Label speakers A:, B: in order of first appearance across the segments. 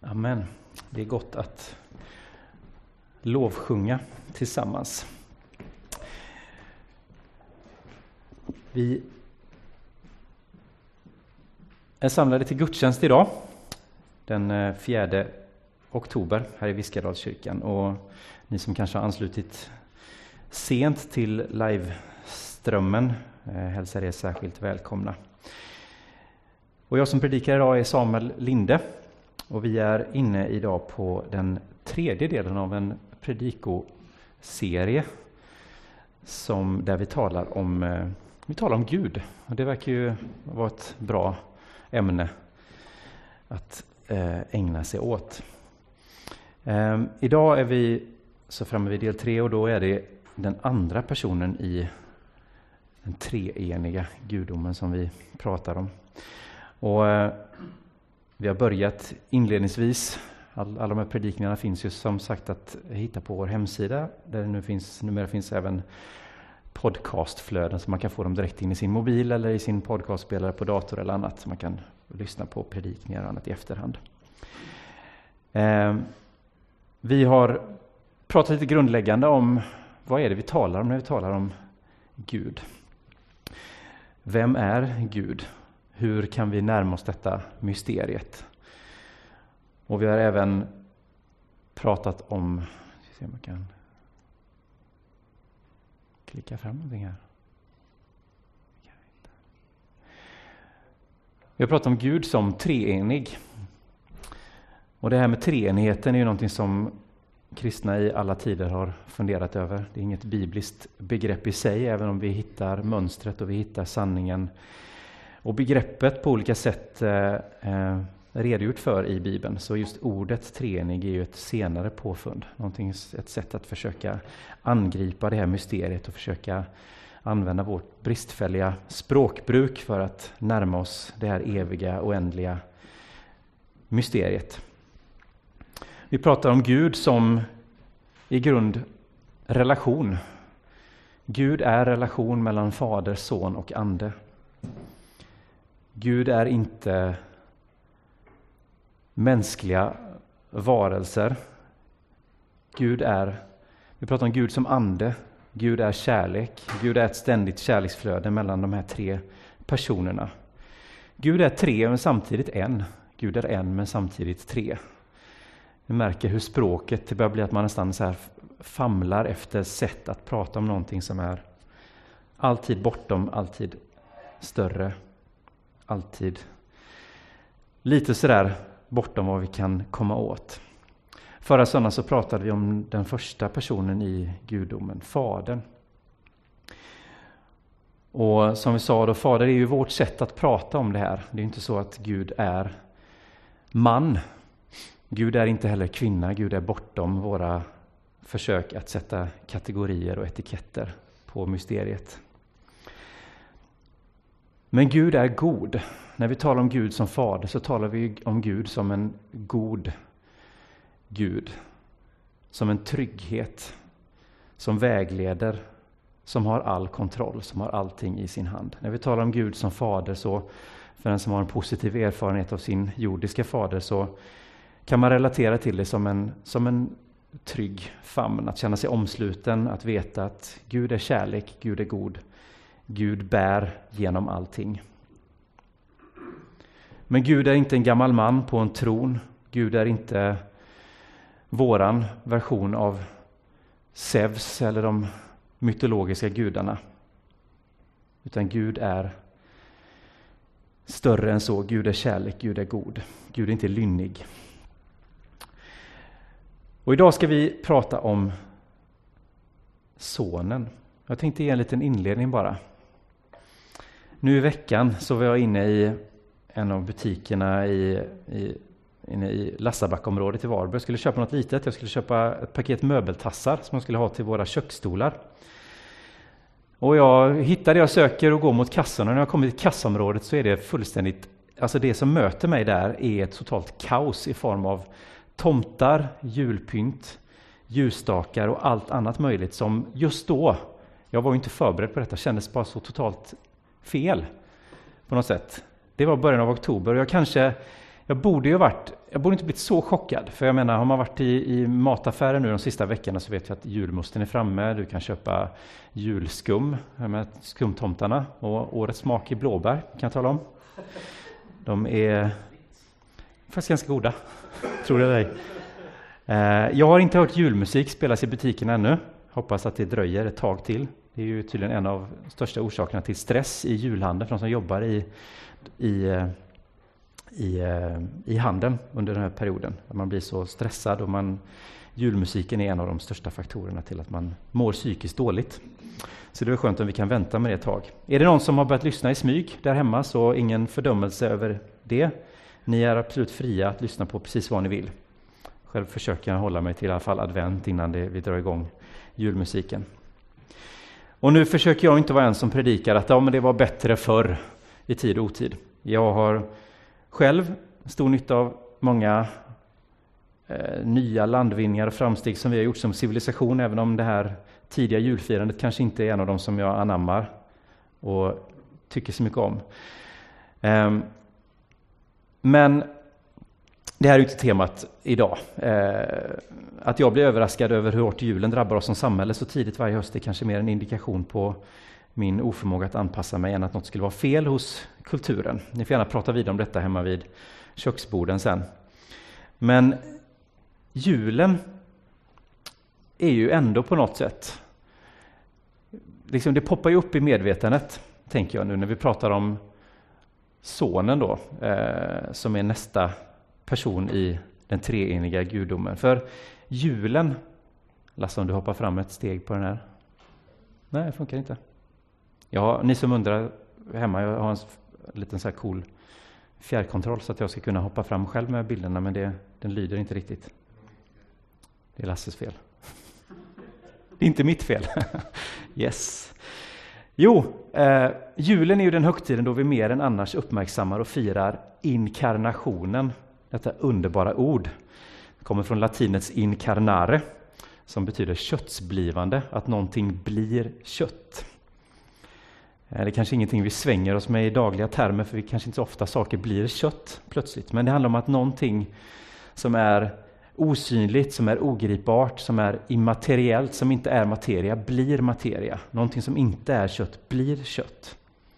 A: Amen. Det är gott att lovsjunga tillsammans. Vi är samlade till gudstjänst idag, den 4 oktober här i Viskadalskyrkan. Och ni som kanske har anslutit sent till liveströmmen hälsar er särskilt välkomna. Och jag som predikar idag är Samuel Linde. Och vi är inne idag på den 3:e delen av en predikoserie där vi talar om Gud. Och det verkar ju vara ett bra ämne att ägna sig åt. Idag är vi så framme vid del 3 och då är det den andra personen i den treeniga gudomen som vi pratar om. Och vi har börjat inledningsvis. Alla de här predikningarna finns ju som sagt att hitta på vår hemsida. Där det numera finns även podcastflöden så man kan få dem direkt in i sin mobil eller i sin podcastspelare på dator eller annat. Så man kan lyssna på predikningar och annat i efterhand. Vi har pratat lite grundläggande om vad är det vi talar om när vi talar om Gud. Vem är Gud? Hur kan vi närma oss detta mysteriet? Och vi har även pratat om... Se om man kan klicka fram någonting här. Vi har pratat om Gud som treenig. Och det här med treenigheten är ju någonting som kristna i alla tider har funderat över. Det är inget bibliskt begrepp i sig, även om vi hittar mönstret och vi hittar sanningen. Och begreppet på olika sätt redogjort för i Bibeln. Så just ordet treenig är ju ett senare påfund. Ett sätt att försöka angripa det här mysteriet och försöka använda vårt bristfälliga språkbruk för att närma oss det här eviga, oändliga mysteriet. Vi pratar om Gud som i grund relation. Gud är relation mellan Fader, Son och Ande. Gud är inte mänskliga varelser. Vi pratar om Gud som ande. Gud är kärlek. Gud är ett ständigt kärleksflöde mellan de här tre personerna. Gud är tre men samtidigt en. Gud är en men samtidigt tre. Vi märker hur språket det börjar bli att man nästan så här famlar efter sätt att prata om någonting som är alltid bortom, alltid större. Alltid lite sådär bortom vad vi kan komma åt. Förra söndagen så pratade vi om den första personen i gudomen, Fadern. Och som vi sa då, Fader är ju vårt sätt att prata om det här. Det är inte så att Gud är man. Gud är inte heller kvinna. Gud är bortom våra försök att sätta kategorier och etiketter på mysteriet. Men Gud är god. När vi talar om Gud som fader så talar vi om Gud som en god Gud. Som en trygghet. Som vägleder. Som har all kontroll. Som har allting i sin hand. När vi talar om Gud som fader så, för den som har en positiv erfarenhet av sin jordiska fader, så kan man relatera till det som en trygg famn. Att känna sig omsluten. Att veta att Gud är kärlek. Gud är god. Gud bär genom allting. Men Gud är inte en gammal man på en tron. Gud är inte våran version av Zeus eller de mytologiska gudarna. Utan Gud är större än så. Gud är kärlek, Gud är god. Gud är inte lynnig. Och idag ska vi prata om sonen. Jag tänkte ge en liten inledning bara. Nu i veckan så var jag inne i en av butikerna inne i Lassabackområdet i Varberg. Jag skulle köpa något litet. Jag skulle köpa ett paket möbeltassar som jag skulle ha till våra köksstolar. Och jag hittar det jag söker och går mot kassorna. När jag kommer till kassområdet så är det fullständigt... Alltså det som möter mig där är ett totalt kaos i form av tomtar, julpynt, ljusstakar och allt annat möjligt som just då, jag var ju inte förberedd på detta, kändes bara så totalt fel på något sätt. Det var början av oktober och jag kanske Jag borde inte blivit så chockad, för jag menar, har man varit i mataffärer nu de sista veckorna så vet vi att julmusten är framme. Du kan köpa julskum med skumtomtarna, och årets smak i blåbär kan jag tala om. De är faktiskt ganska goda, tror jag dig. Jag har inte hört julmusik spelas i butiken ännu. Hoppas att det dröjer ett tag till. Det är ju tydligen en av de största orsakerna till stress i julhandeln för de som jobbar i handeln under den här perioden. Att man blir så stressad, och julmusiken är en av de största faktorerna till att man mår psykiskt dåligt. Så det är skönt om vi kan vänta med det ett tag. Är det någon som har börjat lyssna i smyg där hemma, så ingen fördömelse över det. Ni är absolut fria att lyssna på precis vad ni vill. Själv försöker jag hålla mig till i alla fall advent innan vi drar igång julmusiken. Och nu försöker jag inte vara en som predikar att men det var bättre förr i tid och otid. Jag har själv stor nytta av många nya landvinningar och framsteg som vi har gjort som civilisation, även om det här tidiga julfirandet kanske inte är en av dem som jag anammar och tycker så mycket om. Men det här är ju inte temat idag. Att jag blir överraskad över hur hårt julen drabbar oss som samhälle så tidigt varje höst är kanske mer en indikation på min oförmåga att anpassa mig än att något skulle vara fel hos kulturen. Ni får gärna prata vidare om detta hemma vid köksborden sen. Men julen är ju ändå på något sätt, liksom det poppar ju upp i medvetandet, tänker jag nu när vi pratar om sonen då, som är nästa person i den treeniga gudomen. För julen, Lasse, om du hoppar fram ett steg på den här. Nej, det funkar inte. Ja, ni som undrar hemma, jag har en liten så här cool fjärrkontroll så att jag ska kunna hoppa fram själv med bilderna, men den lyder inte riktigt. Det är Lasses fel. Det är inte mitt fel. Yes. Jo, julen är ju den högtiden då vi mer än annars uppmärksammar och firar inkarnationen. Detta underbara ord kommer från latinets incarnare, som betyder köttsblivande, att någonting blir kött. Det är kanske ingenting vi svänger oss med i dagliga termer, för vi kanske inte så ofta saker blir kött plötsligt. Men det handlar om att någonting som är osynligt, som är ogripbart, som är immateriellt, som inte är materia, blir materia. Någonting som inte är kött blir kött.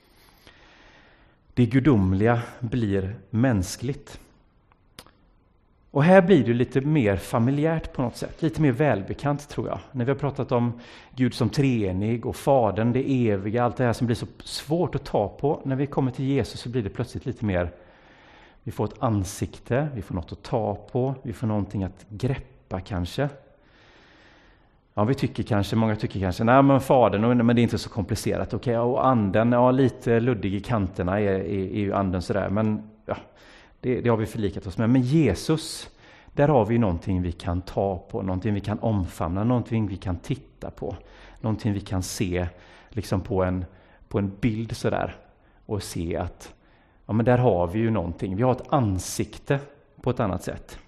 A: Det gudomliga blir mänskligt. Och här blir det lite mer familjärt på något sätt, lite mer välbekant tror jag. När vi har pratat om Gud som treenig och Fadern, det eviga, allt det här som blir så svårt att ta på. När vi kommer till Jesus så blir det plötsligt lite mer, vi får ett ansikte, vi får något att ta på, vi får någonting att greppa kanske. Ja, många tycker kanske, nej men Fadern, men det är inte så komplicerat. Okej, och anden, ja lite luddig i kanterna är ju anden sådär, men ja. Det har vi förlikat oss med. Men Jesus, där har vi någonting vi kan ta på, någonting vi kan omfamna, någonting vi kan titta på, någonting vi kan se liksom på en bild sådär och se att ja, men där har vi ju någonting. Vi har ett ansikte på ett annat sätt.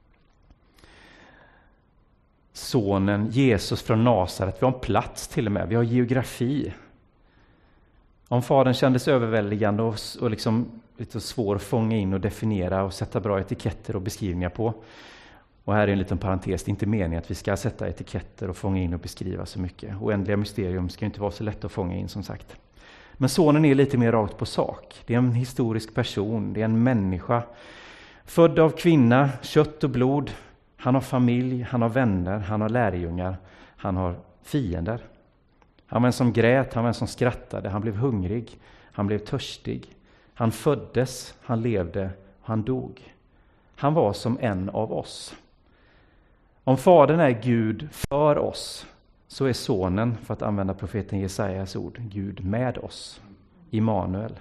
A: Sonen Jesus från Nasaret, vi har en plats till och med, vi har geografi. Om Fadern kändes överväldigande och liksom lite svår att fånga in och definiera och sätta bra etiketter och beskrivningar på. Och här är en liten parentes, det är inte meningen att vi ska sätta etiketter och fånga in och beskriva så mycket. Oändliga mysterium ska inte vara så lätt att fånga in som sagt. Men sonen är lite mer rakt på sak. Det är en historisk person, det är en människa. Född av kvinna, kött och blod. Han har familj, han har vänner, han har lärjungar, han har fiender. Han var en som grät, han var en som skrattade, han blev hungrig, han blev törstig. Han föddes, han levde, han dog. Han var som en av oss. Om Fadern är Gud för oss, så är sonen, för att använda profeten Jesajas ord, Gud med oss. Immanuel.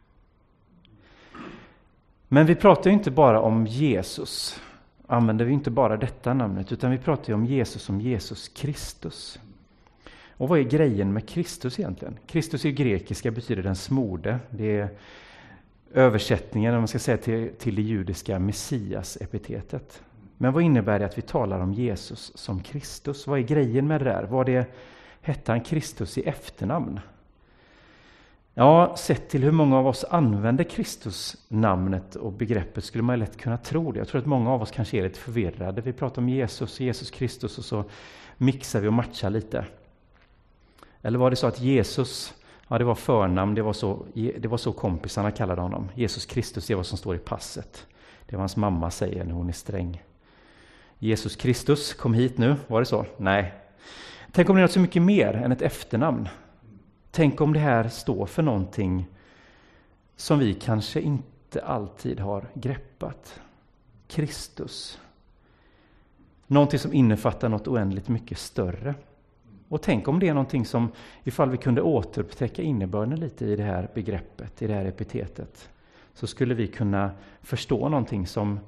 A: Men vi pratar ju inte bara om Jesus. Använder vi inte bara detta namnet, utan vi pratar ju om Jesus Kristus. Och vad är grejen med Kristus egentligen? Kristus i grekiska betyder den smorde. Det är översättningen, om man ska säga till det judiska Messias-epitetet. Men vad innebär det att vi talar om Jesus som Kristus? Vad är grejen med det där? Hette han Kristus i efternamn? Ja, sett till hur många av oss använder Kristus-namnet och begreppet skulle man lätt kunna tro det. Jag tror att många av oss kanske är lite förvirrade. Vi pratar om Jesus Kristus och så mixar vi och matchar lite. Eller var det så att Jesus, ja det var förnamn, det var så kompisarna kallade honom. Jesus Kristus, det är vad som står i passet. Det är vad hans mamma säger när hon är sträng. Jesus Kristus, kom hit nu, var det så? Nej. Tänk om det är något så mycket mer än ett efternamn. Tänk om det här står för någonting som vi kanske inte alltid har greppat. Kristus. Någonting som innefattar något oändligt mycket större. Och tänk om det är någonting som, ifall vi kunde återupptäcka innebörden lite i det här begreppet, i det här epitetet, så skulle vi kunna förstå någonting som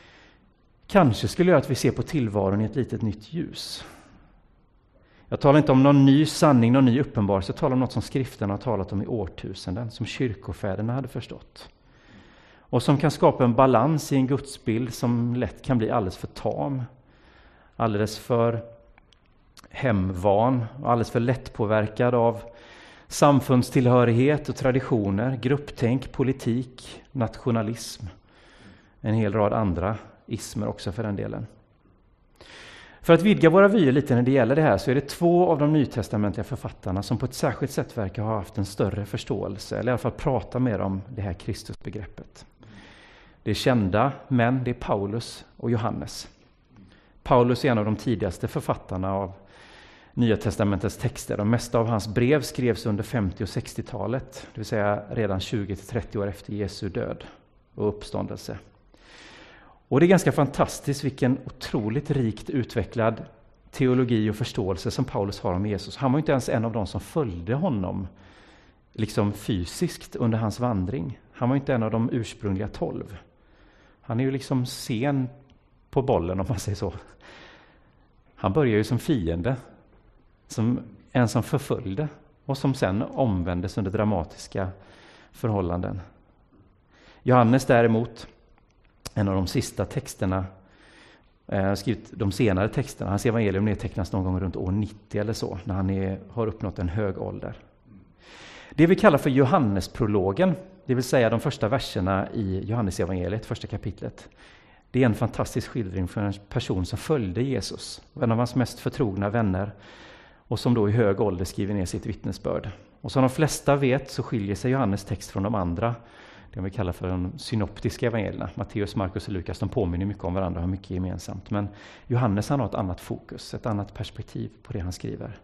A: kanske skulle göra att vi ser på tillvaron i ett litet nytt ljus. Jag talar inte om någon ny sanning, någon ny uppenbarelse. Jag talar om något som skriften har talat om i årtusenden, som kyrkofäderna hade förstått. Och som kan skapa en balans i en gudsbild som lätt kan bli alldeles för tam, alldeles för hemvan och alldeles för lättpåverkad av samfundstillhörighet och traditioner, grupptänk, politik, nationalism, en hel rad andra ismer också för den delen. För att vidga våra vyer lite när det gäller det här så är det 2 av de nytestamentliga författarna som på ett särskilt sätt verkar ha haft en större förståelse, eller i alla fall prata mer om det här Kristusbegreppet. Det är kända män, det är Paulus och Johannes. Paulus är en av de tidigaste författarna av Nya testamentets texter. De mesta av hans brev skrevs under 50- och 60-talet, det vill säga redan 20-30 år efter Jesu död och uppståndelse. Och det är ganska fantastiskt vilken otroligt rikt utvecklad teologi och förståelse som Paulus har om Jesus. Han var inte ens en av de som följde honom liksom fysiskt under hans vandring. Han var inte en av de ursprungliga 12. Han är ju liksom sen på bollen om man säger så. Han börjar ju som fiende, som en som förföljde och som sen omvändes under dramatiska förhållanden. Johannes däremot, en av de sista texterna, har skrivit de senare texterna. Hans evangelium nedtecknas någon gång runt år 90 eller så, när han har uppnått en hög ålder. Det vi kallar för Johannesprologen, det vill säga de första verserna i Johannesevangeliet, första kapitlet. Det är en fantastisk skildring för en person som följde Jesus, en av hans mest förtrogna vänner, och som då i hög ålder skriver ner sitt vittnesbörd. Och som de flesta vet så skiljer sig Johannes text från de andra, det vi kallar för de synoptiska evangelierna. Matteus, Markus och Lukas, de påminner mycket om varandra och har mycket gemensamt. Men Johannes har ett annat fokus, ett annat perspektiv på det han skriver.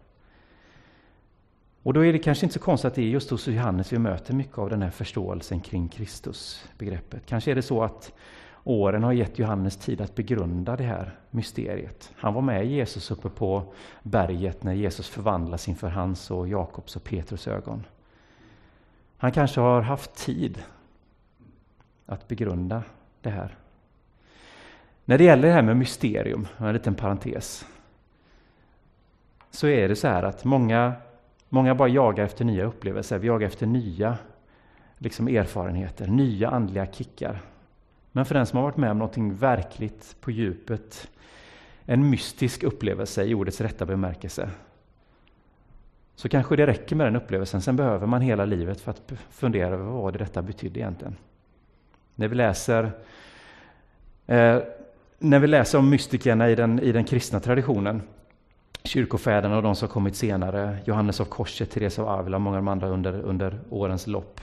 A: Och då är det kanske inte så konstigt att det är just hos Johannes vi möter mycket av den här förståelsen kring Kristusbegreppet. Kanske är det så att åren har gett Johannes tid att begrunda det här mysteriet. Han var med Jesus uppe på berget när Jesus förvandlas inför hans och Jakobs och Petrus ögon. Han kanske har haft tid att begrunda det här. När det gäller det här med mysterium, en liten parentes, så är det så här att många bara jagar efter nya upplevelser. Vi jagar efter nya erfarenheter, nya andliga kickar. Men för den som har varit med om någonting verkligt på djupet, en mystisk upplevelse i ordets rätta bemärkelse, så kanske det räcker med den upplevelsen. Sen behöver man hela livet för att fundera över vad detta betydde egentligen. När vi läser om mystikerna i den kristna traditionen, kyrkofäderna och de som kommit senare, Johannes av Korset, Therese av Avila och många av de andra under årens lopp,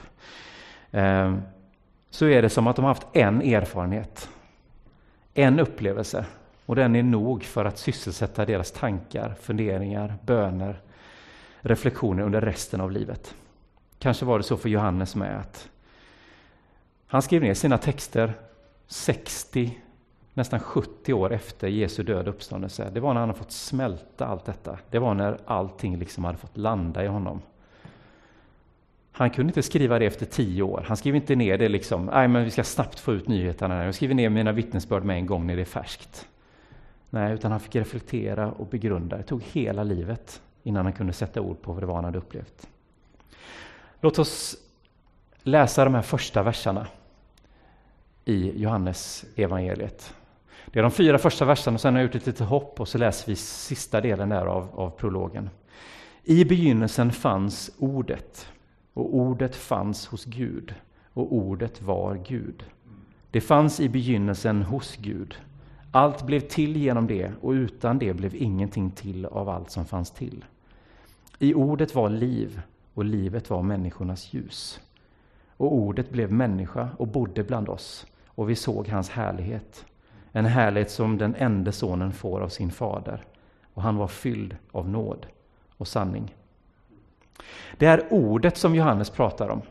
A: så är det som att de har haft en erfarenhet, en upplevelse, och den är nog för att sysselsätta deras tankar, funderingar, böner, reflektioner under resten av livet. Kanske var det så för Johannes med att han skrev ner sina texter 60, nästan 70 år efter Jesu död och uppståndelse. Det var när han hade fått smälta allt detta. Det var när allting hade fått landa i honom. Han kunde inte skriva det efter 10 år. Han skrev inte ner det nej men vi ska snabbt få ut nyheterna. Jag skriver ner mina vittnesbörd med en gång när det är färskt. Nej, utan han fick reflektera och begrunda. Det tog hela livet innan han kunde sätta ord på vad det var han hade upplevt. Låt oss läsa de här första verserna i Johannes evangeliet. Det är de 4 första verserna och sen har jag gjort ett litet hopp och så läser vi sista delen där av prologen. I begynnelsen fanns ordet. och ordet fanns hos Gud och ordet var Gud. Det fanns i begynnelsen hos Gud. Allt blev till genom det och utan det blev ingenting till av allt som fanns till. I ordet var liv och livet var människornas ljus. Och ordet blev människa och bodde bland oss och vi såg hans härlighet. En härlighet som den enda sonen får av sin fader. Och han var fylld av nåd och sanning. Det här ordet som Johannes pratar om,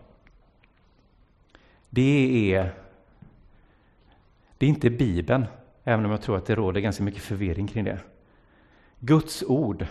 A: det är inte Bibeln, även om jag tror att det råder ganska mycket förvirring kring det. Guds ord,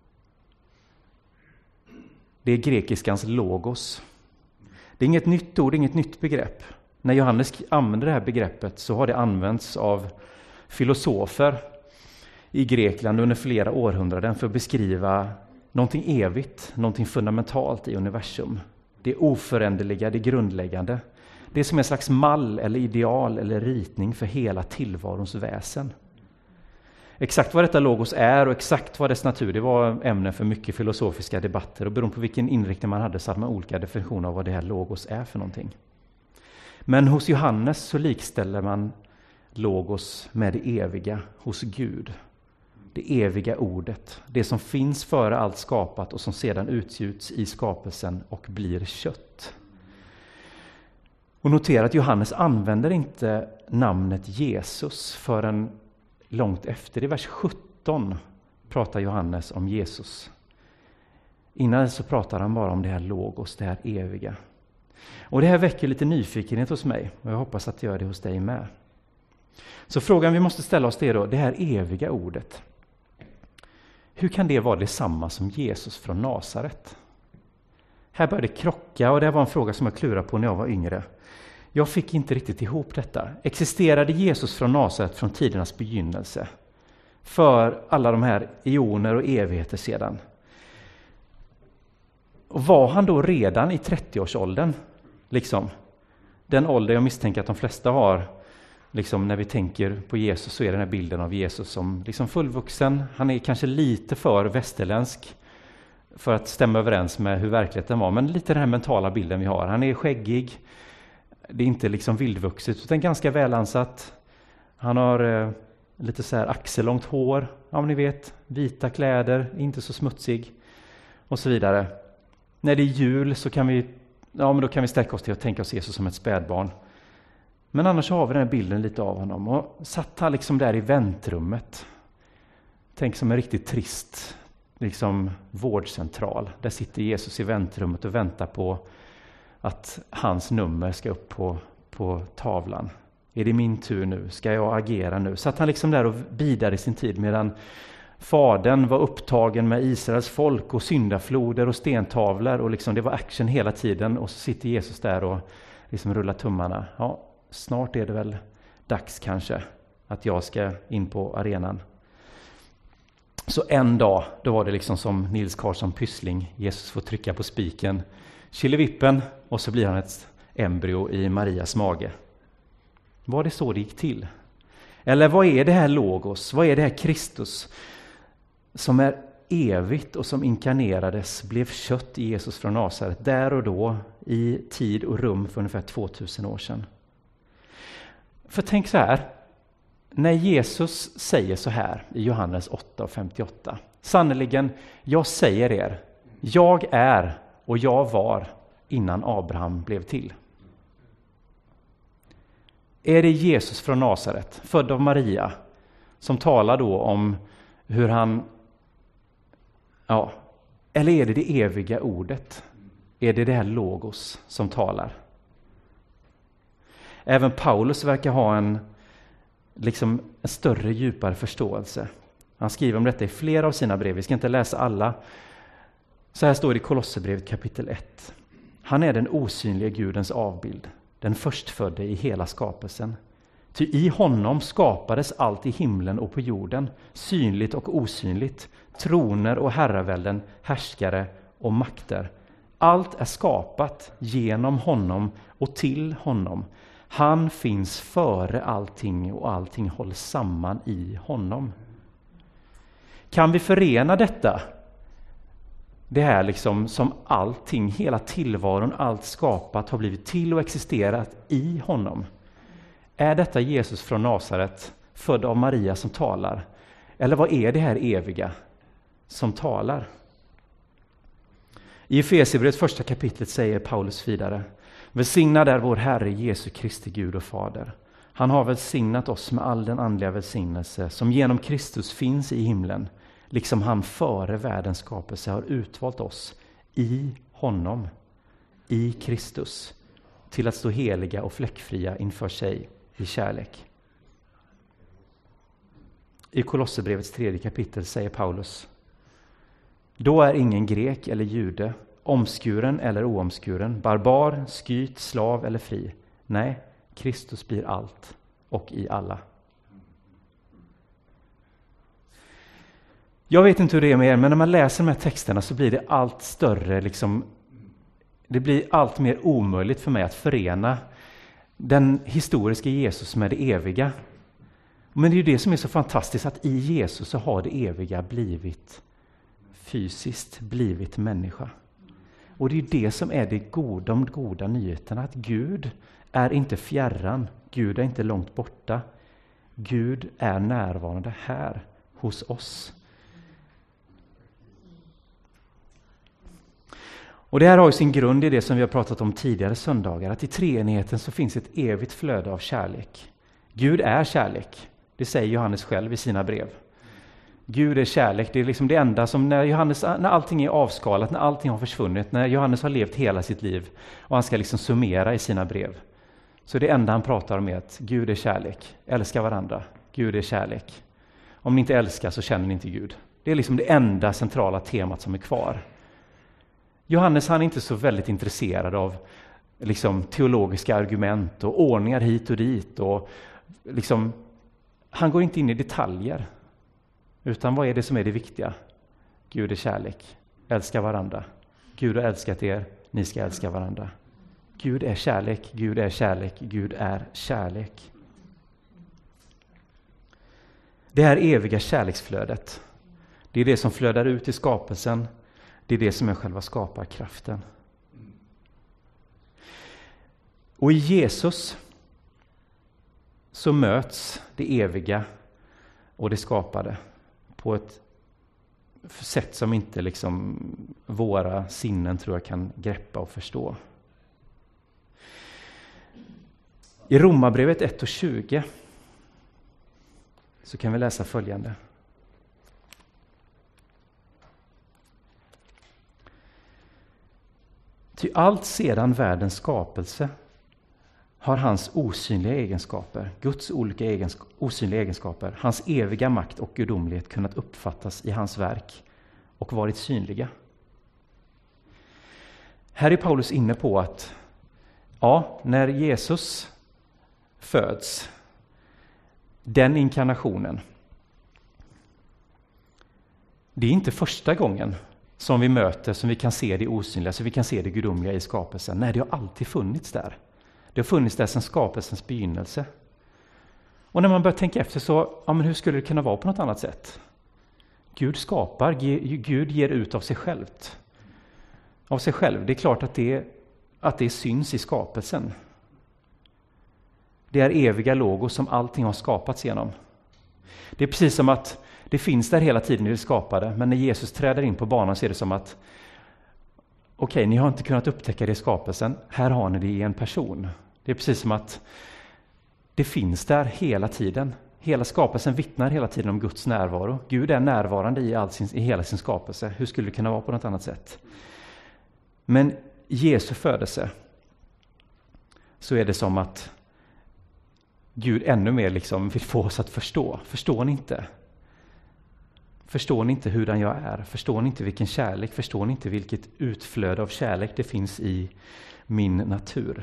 A: det är grekiskans logos. Det är inget nytt ord, inget nytt begrepp. När Johannes använder det här begreppet så har det använts av filosofer i Grekland under flera århundraden för att beskriva någonting evigt, någonting fundamentalt i universum. Det oföränderliga, det grundläggande. Det är som en slags mall eller ideal eller ritning för hela tillvarons väsen. Exakt vad detta logos är och exakt vad dess natur, det var ämne för mycket filosofiska debatter. Och beroende på vilken inriktning man hade så hade man olika definitioner av vad det här logos är för någonting. Men hos Johannes så likställer man logos med det eviga hos Gud. Det eviga ordet, det som finns före allt skapat och som sedan utgjuts i skapelsen och blir kött. Och notera att Johannes använder inte namnet Jesus förrän långt efter. I vers 17 pratar Johannes om Jesus. Innan så pratar han bara om det här logos, det här eviga. Och det här väcker lite nyfikenhet hos mig och jag hoppas att det gör det hos dig med. Så frågan vi måste ställa oss då, det här eviga ordet. Hur kan det vara detsamma som Jesus från Nasaret? Här började det krocka och det var en fråga som jag klurade på när jag var yngre. Jag fick inte riktigt ihop detta. Existerade Jesus från Nasaret från tidernas begynnelse? För alla de här eoner och evigheter sedan. Och var han då redan i 30-årsåldern? Liksom. Den ålder jag misstänker att de flesta har. Liksom när vi tänker på Jesus så är den här bilden av Jesus som liksom fullvuxen. Han är kanske lite för västerländsk för att stämma överens med hur verkligheten var. Men lite den här mentala bilden vi har. Han är skäggig. Det är inte liksom vildvuxet utan ganska välansatt. Han har lite så här axellångt hår. Ja, men ni vet, vita kläder, inte så smutsig och så vidare. När det är jul så kan vi, då kan vi sträcka oss till att tänka oss Jesus som ett spädbarn. Men annars har vi den här bilden lite av honom. Och satt han liksom där i väntrummet. Tänk som en riktigt trist liksom vårdcentral. Där sitter Jesus i väntrummet och väntar på att hans nummer ska upp på tavlan. Är det min tur nu? Ska jag agera nu? Satt han liksom där och bidade i sin tid medan fadern var upptagen med Israels folk och syndafloder och stentavlor. Och liksom det var action hela tiden. Och så sitter Jesus där och liksom rullar tummarna. Ja, snart är det väl dags kanske att jag ska in på arenan. Så en dag, då var det liksom som Nils Karlsson Pyssling. Jesus får trycka på spiken, killevippen och så blir han ett embryo i Marias mage. Var det så det gick till? Eller vad är det här logos? Vad är det här Kristus som är evigt och som inkarnerades, blev kött i Jesus från Nasaret där och då i tid och rum för ungefär 2000 år sedan? För tänk så här, när Jesus säger så här i Johannes 8:58. Sannoliken, jag säger er, jag är och jag var innan Abraham blev till. Är det Jesus från Nasaret, född av Maria, som talar då om hur han, eller är det eviga ordet? Är det här logos som talar? Även Paulus verkar ha en större, djupare förståelse. Han skriver om detta i flera av sina brev. Vi ska inte läsa alla. Så här står det i Kolosserbrevet kapitel 1. Han är den osynliga Gudens avbild, den förstfödde i hela skapelsen. Ty i honom skapades allt i himlen och på jorden, synligt och osynligt, troner och herravälden, härskare och makter. Allt är skapat genom honom och till honom. Han finns före allting och allting hålls samman i honom. Kan vi förena detta Det här liksom som allting, hela tillvaron, allt skapat har blivit till och existerat i honom. Är detta Jesus från Nasaret, född av Maria, som talar? Eller vad är det här eviga som talar? I Efesierbrevets första kapitlet säger Paulus vidare: välsignad är vår Herre Jesu Kristi Gud och Fader. Han har välsignat oss med all den andliga välsignelse som genom Kristus finns i himlen, liksom han före världens skapelse har utvalt oss i honom, i Kristus, till att stå heliga och fläckfria inför sig i kärlek. I Kolosserbrevets 3 kapitel säger Paulus: då är ingen grek eller jude, omskuren eller oomskuren, barbar, skyt, slav eller fri. Nej, Kristus blir allt och i alla. Jag vet inte hur det är med er, men när man läser de här texterna så blir det allt större, det blir allt mer omöjligt för mig att förena den historiska Jesus med det eviga. Men det är ju det som är så fantastiskt, att i Jesus så har det eviga blivit fysiskt, blivit människa. Och det är ju det som är de goda nyheterna, att Gud är inte fjärran, Gud är inte långt borta. Gud är närvarande här hos oss. Och det här har ju sin grund i det som vi har pratat om tidigare söndagar, att i treenigheten så finns ett evigt flöde av kärlek. Gud är kärlek, det säger Johannes själv i sina brev. Gud är kärlek, det är liksom det enda som när allting är avskalat, när allting har försvunnit, när Johannes har levt hela sitt liv och han ska liksom summera i sina brev. Så det enda han pratar om är att Gud är kärlek, älska varandra, Gud är kärlek. Om ni inte älskar så känner ni inte Gud. Det är liksom det enda centrala temat som är kvar. Johannes, han är inte så väldigt intresserad av liksom teologiska argument och ordningar hit och dit. Och liksom, han går inte in i detaljer. Utan vad är det som är det viktiga? Gud är kärlek. Älska varandra. Gud har älskat er. Ni ska älska varandra. Gud är kärlek. Gud är kärlek. Gud är kärlek. Det här eviga kärleksflödet, det är det som flödar ut i skapelsen. Det är det som är själva skaparkraften. Och i Jesus så möts det eviga och det skapade på ett sätt som inte liksom våra sinnen tror jag kan greppa och förstå. I Romarbrevet 1:20 så kan vi läsa följande. Ty allt sedan världens skapelse har hans osynliga egenskaper, Guds olika osynliga egenskaper, hans eviga makt och gudomlighet kunnat uppfattas i hans verk och varit synliga. Här är Paulus inne på att när Jesus föds, den inkarnationen, det är inte första gången som vi möter, som vi kan se det osynliga, så vi kan se det gudomliga i skapelsen. Nej, det har alltid funnits där. Det har funnits där sedan skapelsens begynnelse. Och när man börjar tänka efter så, men hur skulle det kunna vara på något annat sätt? Gud skapar, Gud ger ut av sig självt. Av sig själv. Det är klart att det syns i skapelsen. Det är eviga logos som allting har skapats genom. Det är precis som att det finns där hela tiden i det skapade, men när Jesus träder in på banan så är det som att ni har inte kunnat upptäcka det i skapelsen, här har ni det i en person. Det är precis som att det finns där hela tiden. Hela skapelsen vittnar hela tiden om Guds närvaro. Gud är närvarande i hela sin skapelse. Hur skulle det kunna vara på något annat sätt? Men Jesu födelse, så är det som att Gud ännu mer vill få oss att förstå. Förstår ni inte? Förstår ni inte hurdan jag är? Förstår ni inte vilken kärlek? Förstår ni inte vilket utflöde av kärlek det finns i min natur?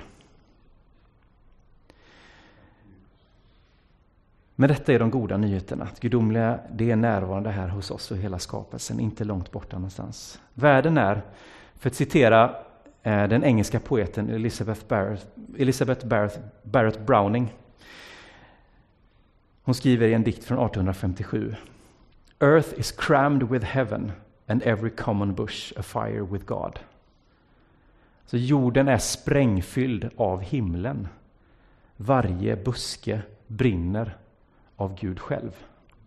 A: Men detta är de goda nyheterna. Gudomliga, det är närvarande här hos oss och hela skapelsen, inte långt borta någonstans. Världen är, för att citera den engelska poeten Elizabeth Barrett Browning. Hon skriver i en dikt från 1857. Earth is crammed with heaven, and every common bush afire with God. Så jorden är sprängfylld av himlen. Varje buske brinner av Gud själv.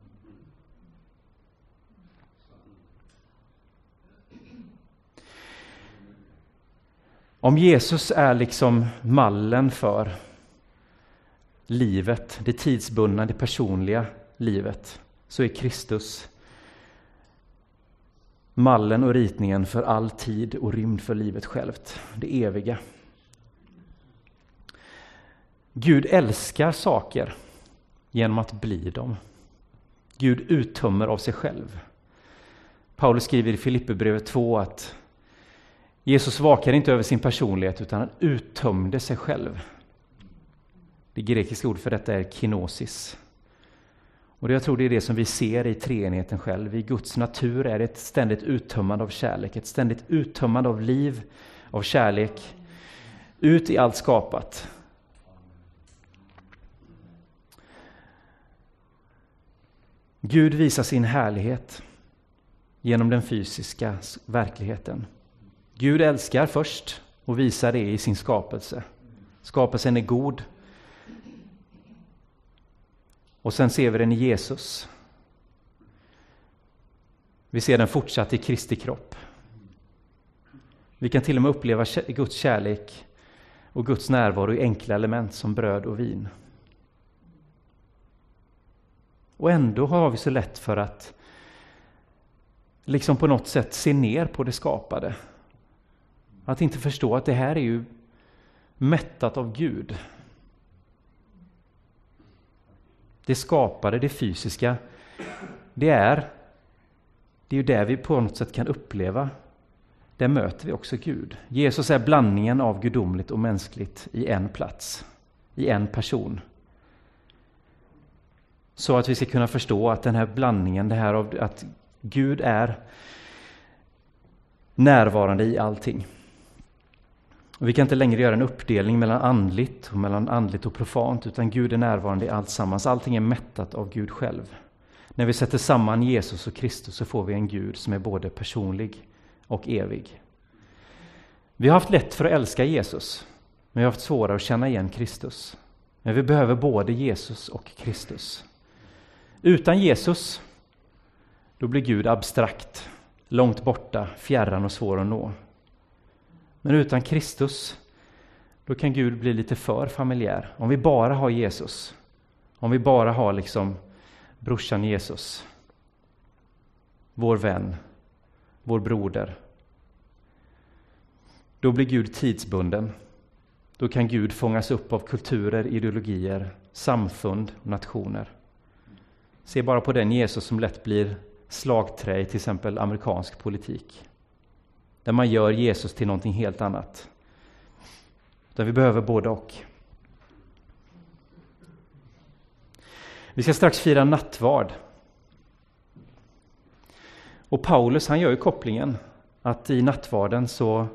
A: Om Jesus är liksom mallen för livet, det tidsbundna, det personliga livet, så är Kristus mallen och ritningen för all tid och rymd för livet självt, det eviga. Gud älskar saker genom att bli dem. Gud uttömmer av sig själv. Paulus skriver i Filipperbrevet 2 att Jesus vakade inte över sin personlighet utan han uttömde sig själv. Det grekiska ord för detta är kenosis. Och jag tror det är det som vi ser i treenigheten själv. I Guds natur är det ett ständigt uttömmande av kärlek, ett ständigt uttömmande av liv, av kärlek, ut i allt skapat. Gud visar sin härlighet genom den fysiska verkligheten. Gud älskar först och visar det i sin skapelse. Skapelsen är god. Och sen ser vi den i Jesus. Vi ser den fortsatt i Kristi kropp. Vi kan till och med uppleva Guds kärlek och Guds närvaro i enkla element som bröd och vin. Och ändå har vi så lätt för att liksom på något sätt se ner på det skapade. Att inte förstå att det här är ju mättat av Gud. Det skapade, det fysiska, det är ju där vi på något sätt kan uppleva. Där möter vi också Gud. Jesus är blandningen av gudomligt och mänskligt i en plats, i en person. Så att vi ska kunna förstå att den här blandningen, det här av att Gud är närvarande i allting. Och vi kan inte längre göra en uppdelning mellan andligt och profant, utan Gud är närvarande i allt sammans. Allting är mättat av Gud själv. När vi sätter samman Jesus och Kristus så får vi en Gud som är både personlig och evig. Vi har haft lätt för att älska Jesus, men vi har haft svårare att känna igen Kristus. Men vi behöver både Jesus och Kristus. Utan Jesus, då blir Gud abstrakt, långt borta, fjärran och svår att nå. Men utan Kristus, då kan Gud bli lite för familjär. Om vi bara har Jesus, om vi bara har liksom brorsan Jesus, vår vän, vår broder, då blir Gud tidsbunden. Då kan Gud fångas upp av kulturer, ideologier, samfund och nationer. Se bara på den Jesus som lätt blir slagträ i till exempel amerikansk politik. Där man gör Jesus till någonting helt annat. Där vi behöver både och. Vi ska strax fira nattvard. Och Paulus, han gör ju kopplingen att i nattvarden så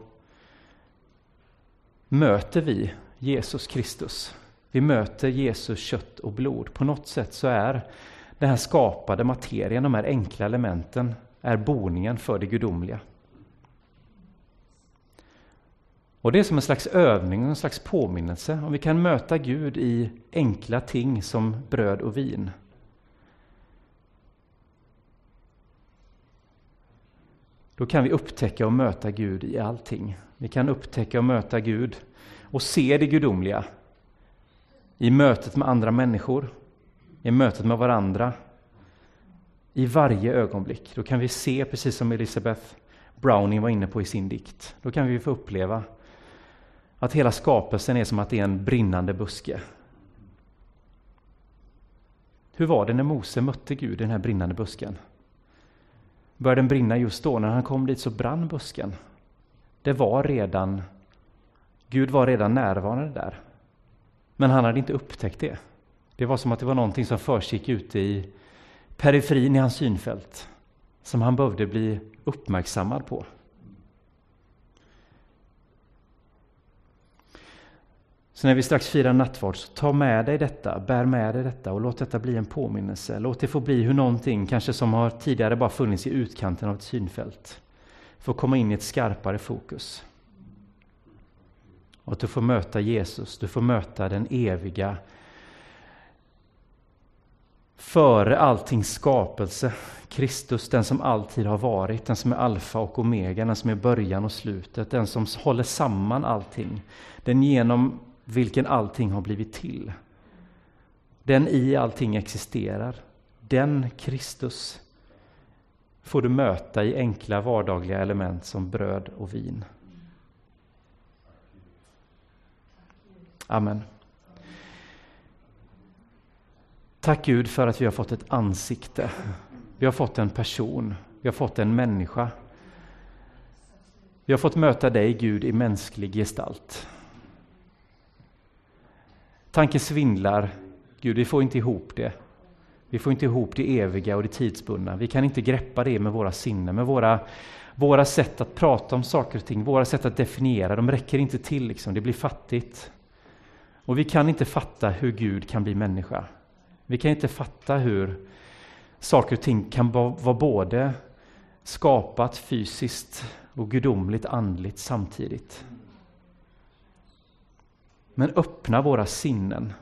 A: möter vi Jesus Kristus. Vi möter Jesus kött och blod. På något sätt så är den här skapade materien, de här enkla elementen, är boningen för det gudomliga. Och det är som en slags övning, en slags påminnelse. Om vi kan möta Gud i enkla ting som bröd och vin. Då kan vi upptäcka och möta Gud i allting. Vi kan upptäcka och möta Gud och se det gudomliga i mötet med andra människor, i mötet med varandra, i varje ögonblick. Då kan vi se, precis som Elizabeth Browning var inne på i sin dikt, då kan vi få uppleva att hela skapelsen är som att det är en brinnande buske. Hur var det när Mose mötte Gud i den här brinnande busken? Började den brinna just då? När han kom dit så brann busken. Gud var redan närvarande där. Men han hade inte upptäckt det. Det var som att det var någonting som försiggick ute i periferin i hans synfält, som han behövde bli uppmärksammad på. Så när vi strax firar nattvard, så ta med dig detta, bär med dig detta och låt detta bli en påminnelse. Låt det få bli hur någonting, kanske som har tidigare bara funnits i utkanten av ett synfält, får komma in i ett skarpare fokus. Och att du får möta Jesus, du får möta den eviga, före allting skapelse, Kristus, den som alltid har varit, den som är alfa och omega, den som är början och slutet, den som håller samman allting, den genom vilken allting har blivit till. Den i allting existerar. Den Kristus får du möta i enkla vardagliga element som bröd och vin. Amen. Tack Gud för att vi har fått ett ansikte. Vi har fått en person. Vi har fått en människa. Vi har fått möta dig, Gud, i mänsklig gestalt. Tanken svindlar. Gud, vi får inte ihop det. Vi får inte ihop det eviga och det tidsbundna. Vi kan inte greppa det med våra sinnen, med våra sätt att prata om saker och ting, våra sätt att definiera. De räcker inte till, liksom. Det blir fattigt. Och vi kan inte fatta hur Gud kan bli människa. Vi kan inte fatta hur saker och ting kan vara både skapat fysiskt och gudomligt andligt samtidigt. Men öppna våra sinnen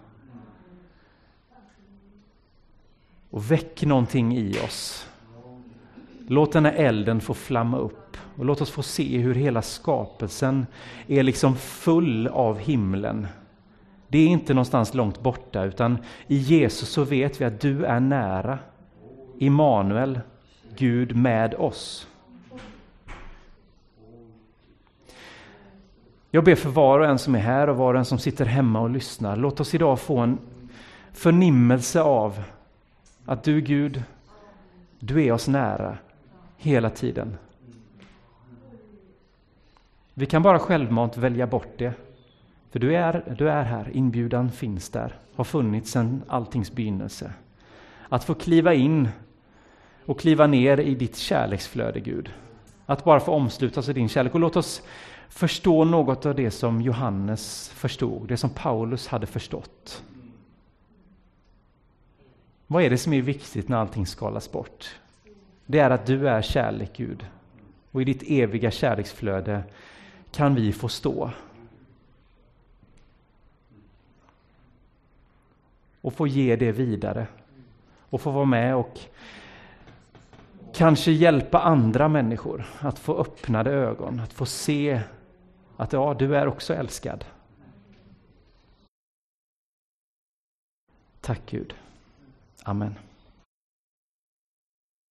A: och väck någonting i oss. Låt den här elden få flamma upp och låt oss få se hur hela skapelsen är liksom full av himlen. Det är inte någonstans långt borta, utan i Jesus så vet vi att du är nära. Immanuel, Gud med oss. Jag ber för var och en som är här och var och en som sitter hemma och lyssnar. Låt oss idag få en förnimmelse av att du, Gud, du är oss nära hela tiden. Vi kan bara självmant välja bort det. För du är här, inbjudan finns där, har funnits sedan alltings begynnelse. Att få kliva in och kliva ner i ditt kärleksflöde, Gud. Att bara få omslutas i din kärlek. Och låt oss förstå något av det som Johannes förstod, det som Paulus hade förstått. Vad är det som är viktigt när allting skalas bort? Det är att du är kärlek, Gud. Och i ditt eviga kärleksflöde kan vi få stå. Och få ge det vidare. Och få vara med och kanske hjälpa andra människor att få öppnade ögon. Att få se att ja, du är också älskad. Tack Gud. Amen.